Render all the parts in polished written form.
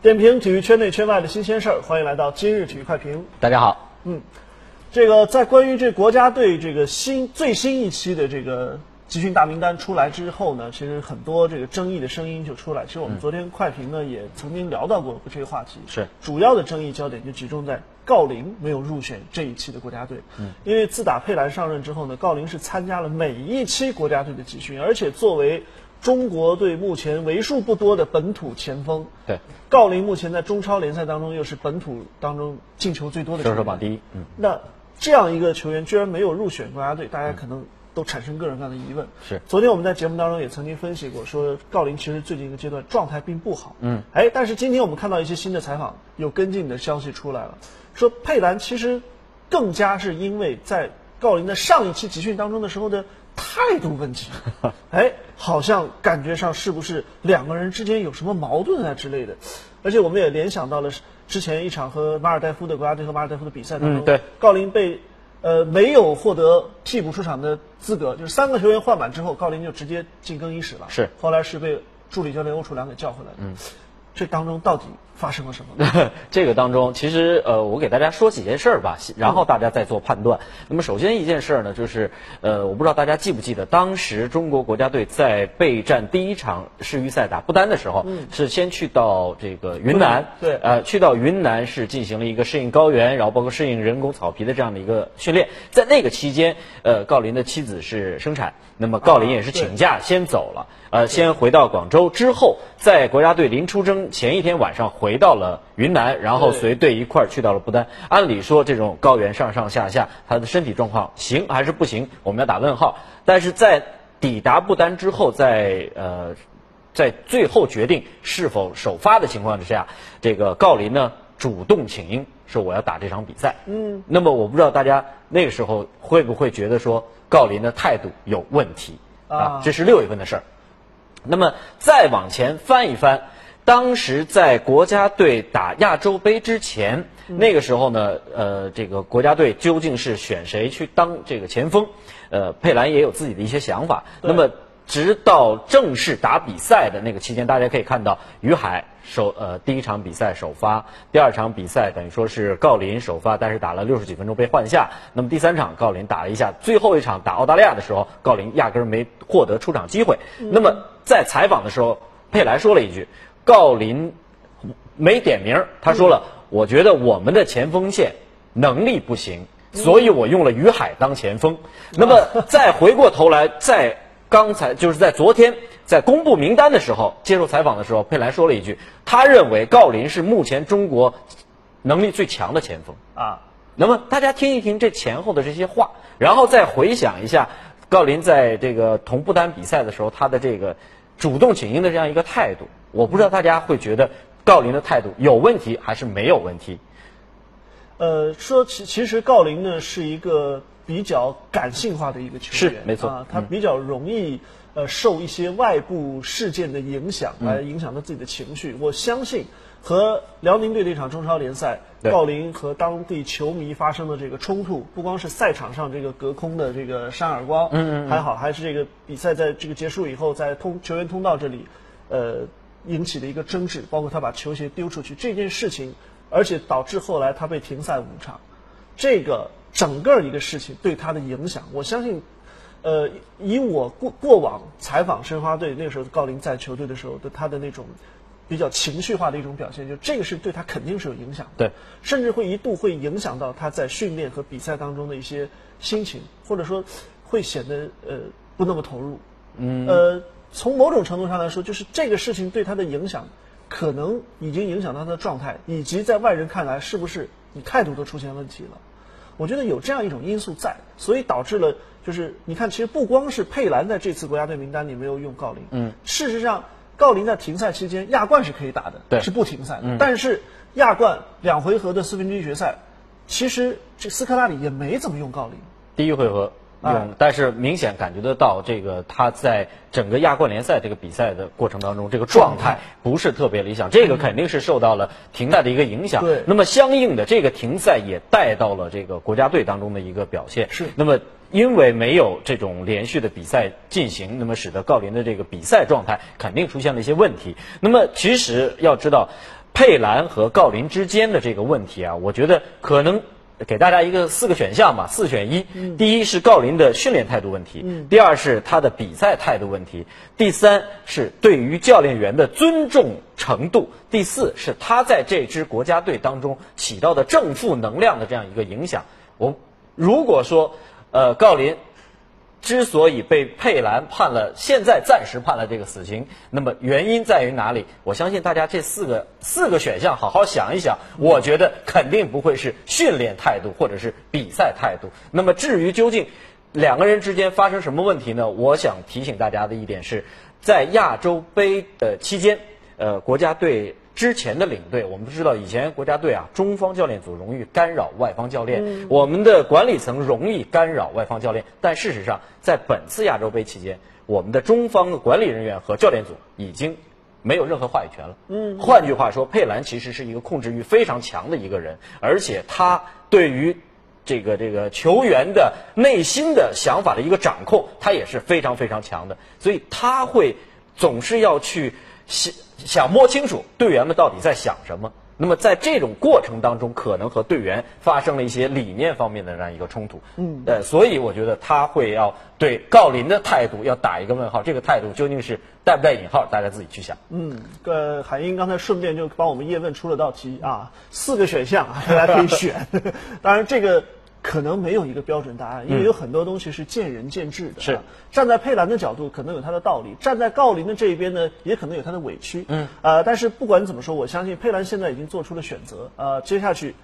点评体育圈内圈外的新鲜事儿，欢迎来到今日体育快评。 大家好。 这个在关于这国家队这个最新一期的这个集训大名单出来之后呢，其实很多这个争议的声音就出来。其实我们昨天快评呢也曾经聊到过这个话题， 是主要的争议焦点就集中在郜林没有入选这一期的国家队。因为自打佩兰上任之后呢，郜林是参加了每一期国家队的集训，而且作为中国队目前为数不多的本土前锋， 对， 郜林目前在中超联赛当中又是本土当中进球最多的球员， 射手榜第一。 那这样一个球员居然没有入选国家队，大家可能都产生各种各样的疑问。 是， 昨天我们在节目当中也曾经分析过，说郜林其实最近一个阶段状态并不好。但是今天我们看到一些新的采访，有跟进的消息出来了，说佩兰其实更加是因为在郜林的上一期集训当中的时候的态度问题，好像感觉上是不是两个人之间有什么矛盾啊之类的，而且我们也联想到了之前一场和马尔代夫的国家队和马尔代夫的比赛当中， 对， 郜林被没有获得替补出场的资格，就是3个球员换满之后，郜林就直接进更衣室了， 是， 后来是被助理教练欧楚良给叫回来的。这当中到底发生了什么？ 这个当中，其实我给大家说几件事儿吧，然后大家再做判断。那么首先一件事儿呢，就是我不知道大家记不记得，当时中国国家队在备战第一场世预赛打不丹的时候，是先去到这个云南， 对， 去到云南是进行了一个适应高原，然后包括适应人工草皮的这样的一个训练。在那个期间，郜林的妻子是生产，那么郜林也是请假先走了。先回到广州之后，在国家队临出征前一天晚上回到了云南，然后随队一块儿去到了不丹。按理说这种高原上上下下，他的身体状况行还是不行，我们要打问号。但是在抵达不丹之后，在最后决定是否首发的情况之下，这个郜林呢主动请缨，说我要打这场比赛。那么我不知道大家那个时候会不会觉得说郜林的态度有问题啊？这是6月份的事儿。那么再往前翻一翻，当时在国家队打亚洲杯之前，那个时候呢，这个国家队究竟是选谁去当这个前锋？佩兰也有自己的一些想法。那么直到正式打比赛的那个期间，大家可以看到于海第一场比赛首发，第2场比赛等于说是郜林首发，但是打了60几分钟被换下。那么第3场郜林打了一下，最后一场打澳大利亚的时候，郜林压根没获得出场机会。那么在采访的时候，佩兰说了一句，郜林没点名，他说了，我觉得我们的前锋线能力不行，所以我用了于海当前锋。那么再回过头来，刚才就是在昨天在公布名单的时候，接受采访的时候，佩兰说了一句，他认为郜林是目前中国能力最强的前锋啊。那么大家听一听这前后的这些话，然后再回想一下郜林在这个同不丹比赛的时候，他的这个主动请缨的这样一个态度，我不知道大家会觉得郜林的态度有问题还是没有问题。 其实郜林呢是一个比较感性化的一个球员， 是没错， 他比较容易受一些外部事件的影响，来影响到自己的情绪。我相信和辽宁队的一场中超联赛，郜林和当地球迷发生的这个冲突，不光是赛场上这个隔空的这个扇耳光，还好，还是这个比赛在这个结束以后，在球员通道这里，引起的一个争执，包括他把球鞋丢出去这件事情，而且导致后来他被停赛5场，这个整个一个事情对他的影响，我相信，以我过往采访申花队那个时候郜林在球队的时候的他的那种比较情绪化的一种表现，就这个是对他肯定是有影响的， 对， 甚至会一度会影响到他在训练和比赛当中的一些心情，或者说会显得不那么投入。从某种程度上来说，就是这个事情对他的影响，可能已经影响到他的状态，以及在外人看来是不是你态度都出现问题了。我觉得有这样一种因素在，所以导致了就是你看，其实不光是佩兰在这次国家队名单里没有用郜林，事实上郜林在停赛期间亚冠是可以打的， 对， 是不停赛的，但是亚冠2回合的4分之一决赛，其实这斯科拉里也没怎么用郜林， 第1回合用，但是明显感觉得到，这个他在整个亚冠联赛这个比赛的过程当中，这个状态不是特别理想，这个肯定是受到了停赛的一个影响。 对， 那么相应的这个停赛也带到了这个国家队当中的一个表现。 是， 那么因为没有这种连续的比赛进行，那么使得郜林的这个比赛状态肯定出现了一些问题。那么其实要知道， 佩兰和郜林之间的这个问题啊，我觉得可能给大家4个选项吧，4选1。第一是郜林的训练态度问题，第二是他的比赛态度问题，第三是对于教练员的尊重程度，第四是他在这支国家队当中起到的正负能量的这样一个影响。如果说郜林之所以被佩兰现在暂时判了这个死刑，那么原因在于哪里？我相信大家这四个选项好好想一想，我觉得肯定不会是训练态度或者是比赛态度。那么至于究竟两个人之间发生什么问题呢？我想提醒大家的一点是，在亚洲杯的期间，国家队之前的领队，我们都知道以前国家队啊，中方教练组容易干扰外方教练，我们的管理层容易干扰外方教练。但事实上，在本次亚洲杯期间，我们的中方的管理人员和教练组已经没有任何话语权了。换句话说，佩兰其实是一个控制欲非常强的一个人，而且他对于这个球员的内心的想法的一个掌控，他也是非常非常强的，所以他会总是要去想摸清楚队员们到底在想什么。那么在这种过程当中，可能和队员发生了一些理念方面的这样一个冲突。所以我觉得他会要对郜林的态度要打一个问号，这个态度究竟是带不带引号，大家自己去想。 海英刚才顺便就帮我们叶问出了道题啊，4个选项啊，大家可以选。当然这个可能没有一个标准答案，因为有很多东西是见仁见智的。 是站在佩兰的角度，可能有他的道理；站在郜林的这一边呢，也可能有他的委屈。但是不管怎么说，我相信佩兰现在已经做出了选择。接下去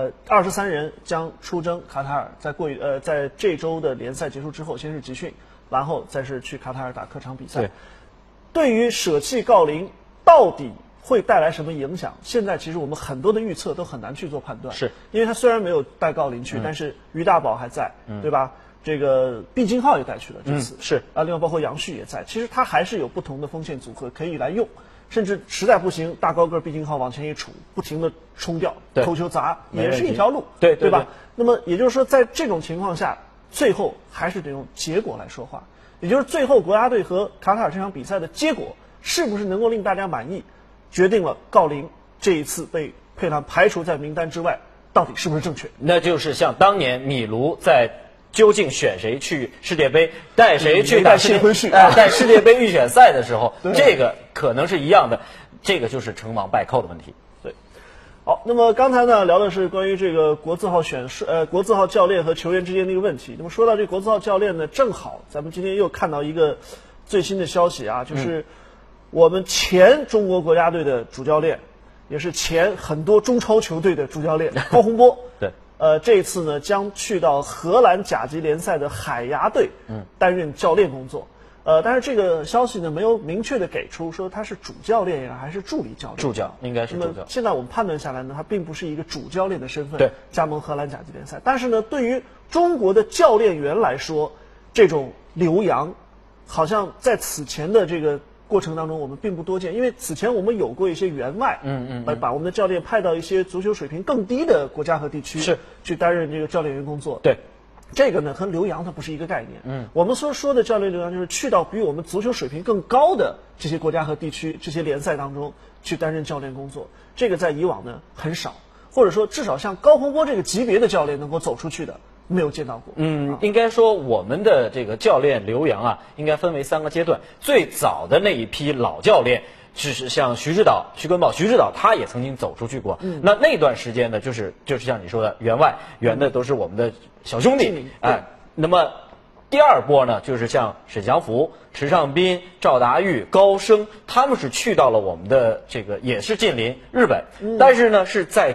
，23人将出征卡塔尔，在这周的联赛结束之后，先是集训，然后再是去卡塔尔打客场比赛。对于舍弃郜林，到底会带来什么影响？现在其实我们很多的预测都很难去做判断， 是因为他虽然没有带郜林去，但是于大宝还在，对吧？这个毕金浩也带去了这次， 是啊，另外包括杨旭也在，其实他还是有不同的锋线组合可以来用，甚至实在不行，大高个毕金浩往前一杵，不停的冲吊、头球砸，也是一条路，对吧？那么也就是说，在这种情况下，最后还是得用结果来说话，也就是最后国家队和卡塔尔这场比赛的结果是不是能够令大家满意，决定了郜林这一次被佩兰排除在名单之外，到底是不是正确？ 那就是像当年米卢在究竟选谁去世界杯，带谁去打世界杯预选赛的时候，这个可能是一样的，这个就是成王败寇的问题。 对。好，那么刚才呢聊的是关于这个国字号国字号教练和球员之间的一个问题。那么说到这个国字号教练呢，正好咱们今天又看到一个最新的消息啊，就是我们前中国国家队的主教练，也是前很多中超球队的主教练高洪波。 对。 这一次呢将去到荷兰甲级联赛的海牙队担任教练工作。但是这个消息呢没有明确的给出说他是主教练呀还是助理教练。 助教应该是助教。 那么现在我们判断下来呢，他并不是一个主教练的身份对加盟荷兰甲级联赛。但是呢，对于中国的教练员来说，这种留洋好像在此前的这个过程当中我们并不多见，因为此前我们有过一些援外，把我们的教练派到一些足球水平更低的国家和地区去担任这个教练员工作。 对， 这个呢和留洋它不是一个概念。我们所说的教练留洋就是去到比我们足球水平更高的这些国家和地区、这些联赛当中去担任教练工作。这个在以往呢很少，或者说至少像高洪波这个级别的教练能够走出去的没有见到过。 应该说我们的这个教练留洋啊，应该分为3个阶段。最早的那一批老教练，就是像徐指导、徐根宝、徐指导，他也曾经走出去过。那段时间呢，就是像你说的援外，援的都是我们的小兄弟。那么第二波呢，就是像沈祥福、池尚斌、赵达玉、高升，他们是去到了我们的这个也是近邻日本，但是呢是在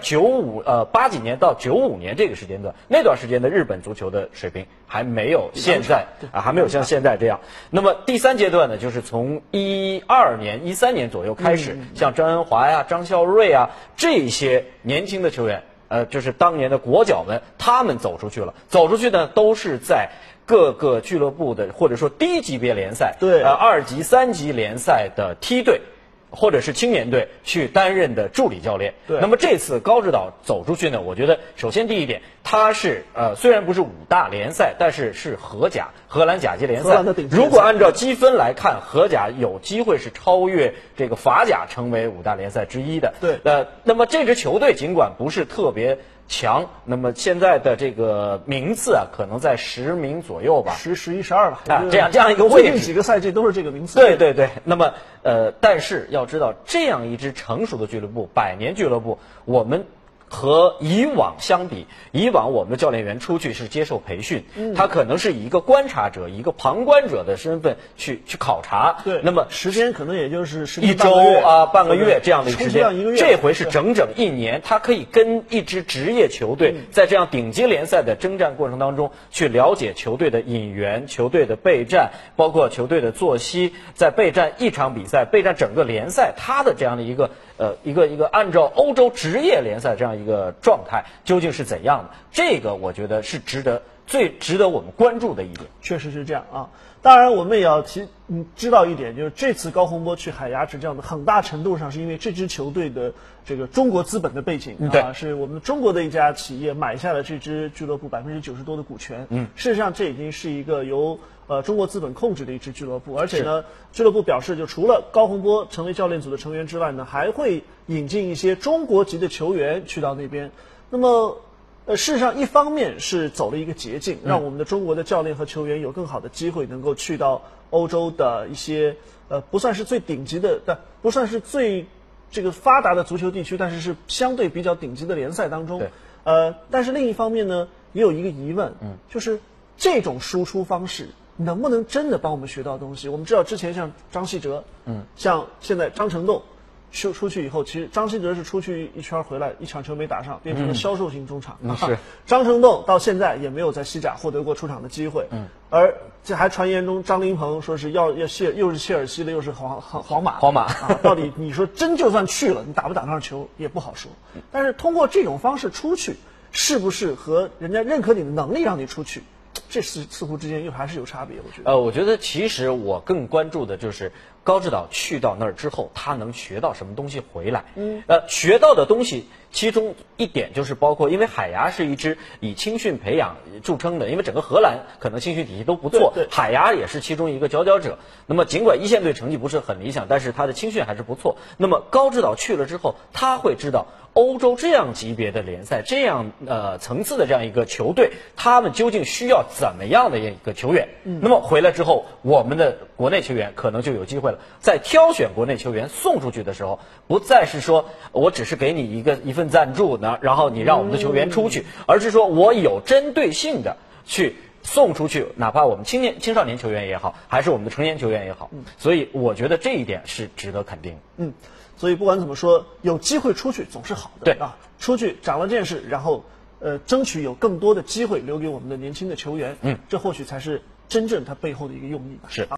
80几年到95年这个时间段，那段时间的日本足球的水平还没有现在还没有像现在这样。那么第3阶段呢，就是从12年、13年左右开始，像张恩华呀、张孝瑞啊这些年轻的球员，就是当年的国脚们，他们走出去了，走出去呢都是在各个俱乐部的或者说低级别联赛， 对，2 级、3级联赛的梯队， 或者是青年队去担任的助理教练。 对。 那么这次高指导走出去呢，我觉得首先第一点，他是虽然不是5大联赛，但是是荷甲，荷兰甲级联赛。如果按照积分来看，荷甲有机会是超越这个法甲，成为5大联赛之一的。 对。 那么这支球队尽管不是特别强，那么现在的这个名次啊，可能在10名左右吧 ，10、11、12吧， 这样一个位置， 最近几个赛季都是这个名次。 对。那么但是要知道，这样一支成熟的俱乐部，百年俱乐部，我们和以往相比，以往我们的教练员出去是接受培训，他可能是以一个观察者、一个旁观者的身份去考察。 对， 那么时间可能也就是 1周啊、半个月这样的时间。 1个月， 这回是整整1年，他可以跟一支职业球队在这样顶级联赛的征战过程当中，去了解球队的引援、球队的备战，包括球队的作息，在备战一场比赛、备战整个联赛，他的这样的一个按照欧洲职业联赛这样一个状态究竟是怎样的？这个我觉得是最值得我们关注的一点。 确实是这样啊。当然，我们也要知道一点，就是这次高洪波去海牙执教的很大程度上是因为这支球队的这个中国资本的背景啊，是我们中国的一家企业买下了这支俱乐部90%多的股权。事实上这已经是一个由中国资本控制的一支俱乐部，而且呢，俱乐部表示，就除了高洪波成为教练组的成员之外呢，还会引进一些中国籍的球员去到那边。那么事实上，一方面是走了一个捷径，让我们的中国的教练和球员有更好的机会能够去到欧洲的一些不算是最顶级的，不算是最这个发达的足球地区，但是相对比较顶级的联赛当中。但是另一方面呢，也有一个疑问，就是这种输出方式能不能真的帮我们学到东西？我们知道之前像张稀哲，像现在张成栋。出去以后，其实张稀哲是出去一圈回来，一场球没打上，变成了销售型中场。 是张成栋到现在也没有在西甲获得过出场的机会。而这还传言中张琳芃说是又是切尔西的，又是皇马。到底你说真就算去了，你打不打上球也不好说。但是通过这种方式出去，是不是和人家认可你的能力让你出去？这似乎之间又还是有差别，我觉得。 我觉得其实我更关注的就是高指导去到那儿之后，他能学到什么东西回来。学到的东西，其中一点就是包括，因为海牙是一支以青训培养著称的，因为整个荷兰可能青训体系都不错，海牙也是其中一个佼佼者。那么尽管一线队成绩不是很理想，但是他的青训还是不错。那么高指导去了之后，他会知道欧洲这样级别的联赛，这样层次的这样一个球队，他们究竟需要怎么样的一个球员？那么回来之后，我们的国内球员可能就有机会了。在挑选国内球员送出去的时候，不再是说我只是给你一份赞助呢，然后你让我们的球员出去，而是说我有针对性的去送出去，哪怕我们青少年球员也好，还是我们的成年球员也好。所以我觉得这一点是值得肯定的。 所以不管怎么说，有机会出去总是好的。 对啊，出去长了见识，然后争取有更多的机会留给我们的年轻的球员。这或许才是真正他背后的一个用意吧。 是。